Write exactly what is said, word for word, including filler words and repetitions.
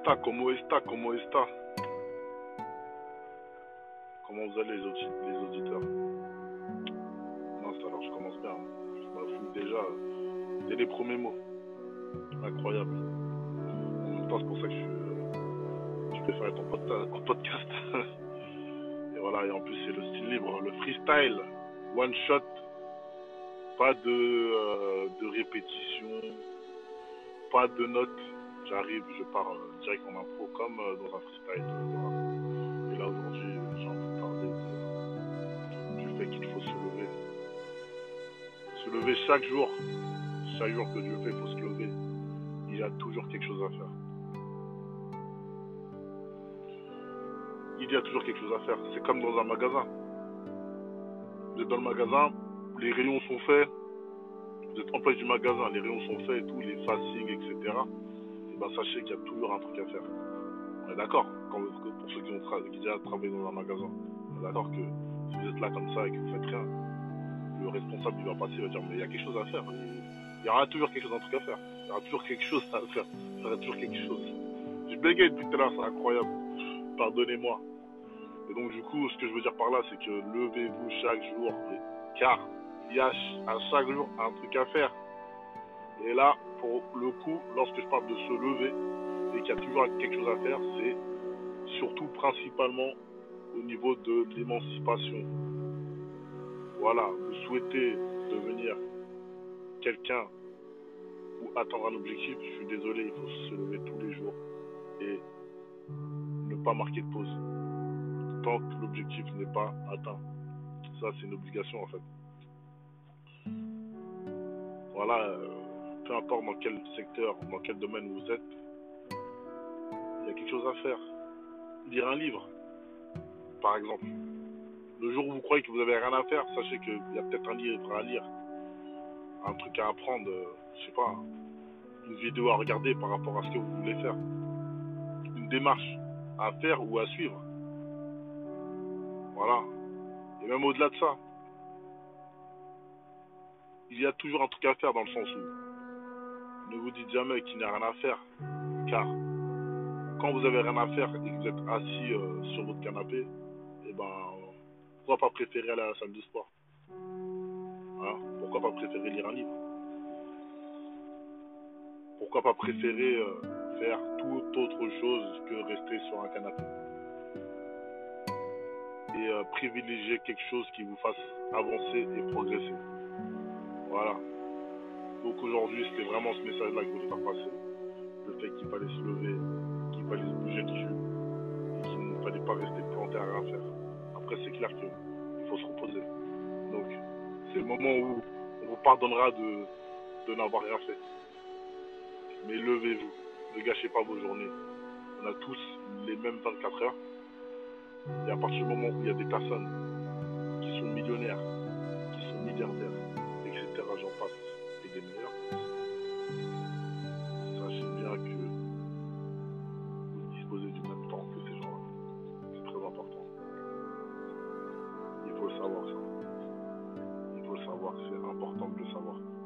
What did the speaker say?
está, como está, como está. Comment vous allez les, audi les auditeurs? Mince, alors je commence bien. Je m'affouille déjà dès les premiers mots. Incroyable. En même temps, c'est pour ça que je, je préfère ton pod podcast. Et voilà, et en plus, c'est le style libre, le freestyle, one shot, pas de, euh, de répétition, pas de notes. J'arrive, je pars euh, direct en impro comme euh, dans un freestyle. Voilà. Et là, aujourd'hui, j'ai envie de parler de, du fait qu'il faut se lever. Se lever chaque jour. Chaque jour que Dieu fait, il faut se lever. Il y a toujours quelque chose à faire. Il y a toujours quelque chose à faire. C'est comme dans un magasin. Vous êtes dans le magasin, les rayons sont faits. Vous êtes employé du magasin, les rayons sont faits et tout, les facings, et cetera. Et ben sachez qu'il y a toujours un truc à faire. On est d'accord, pour ceux qui ont, tra qui ont déjà travaillé dans un magasin. On est d'accord que si vous êtes là comme ça et que vous faites rien, le responsable il va passer, il va dire mais il y a quelque chose à faire. Il y aura toujours quelque chose, un truc à faire. Il y aura toujours quelque chose à faire. Il y aura toujours quelque chose. Je bégaye depuis tout à l'heure, c'est incroyable. Pardonnez-moi. Et donc du coup, ce que je veux dire par là, c'est que levez-vous chaque jour, car il y a à chaque jour un truc à faire. Et là, pour le coup, lorsque je parle de se lever et qu'il y a toujours quelque chose à faire, c'est surtout principalement au niveau de l'émancipation. Voilà, vous souhaitez devenir quelqu'un ou atteindre un objectif, je suis désolé, il faut se lever tous les jours et ne pas marquer de pause tant que l'objectif n'est pas atteint. Ça, c'est une obligation en fait. Voilà, euh, peu importe dans quel secteur, dans quel domaine vous êtes, il y a quelque chose à faire. Lire un livre, par exemple. Le jour où vous croyez que vous n'avez rien à faire, sachez qu'il y a peut-être un livre à lire, un truc à apprendre, euh, je sais pas, une vidéo à regarder par rapport à ce que vous voulez faire, une démarche à faire ou à suivre. Voilà. Et même au-delà de ça, il y a toujours un truc à faire dans le sens où ne vous dites jamais qu'il n'y a rien à faire, car quand vous avez rien à faire et que vous êtes assis euh, sur votre canapé, et ben, pourquoi pas préférer aller à la salle de sport? Hein? Pourquoi pas préférer lire un livre? Pourquoi pas préférer euh, faire toute autre chose que rester sur un canapé? Et euh, privilégier quelque chose qui vous fasse avancer et progresser. Voilà. Donc aujourd'hui, c'était vraiment ce message-là que je voulais faire passer. Le fait qu'il fallait se lever, qu'il fallait se bouger le cul, et qu'il ne fallait pas rester planté à rien faire. Après, c'est clair qu'il faut se reposer. Donc, c'est le moment où on vous pardonnera de, de n'avoir rien fait. Mais levez-vous, ne gâchez pas vos journées. On a tous les mêmes vingt-quatre heures. Et à partir du moment où il y a des personnes qui sont millionnaires, qui sont milliardaires, et cetera, j'en passe, et des meilleurs, sachez bien que vous disposez du même temps que ces gens-là. C'est très important. Il faut le savoir, ça. Il faut le savoir, c'est important de le savoir.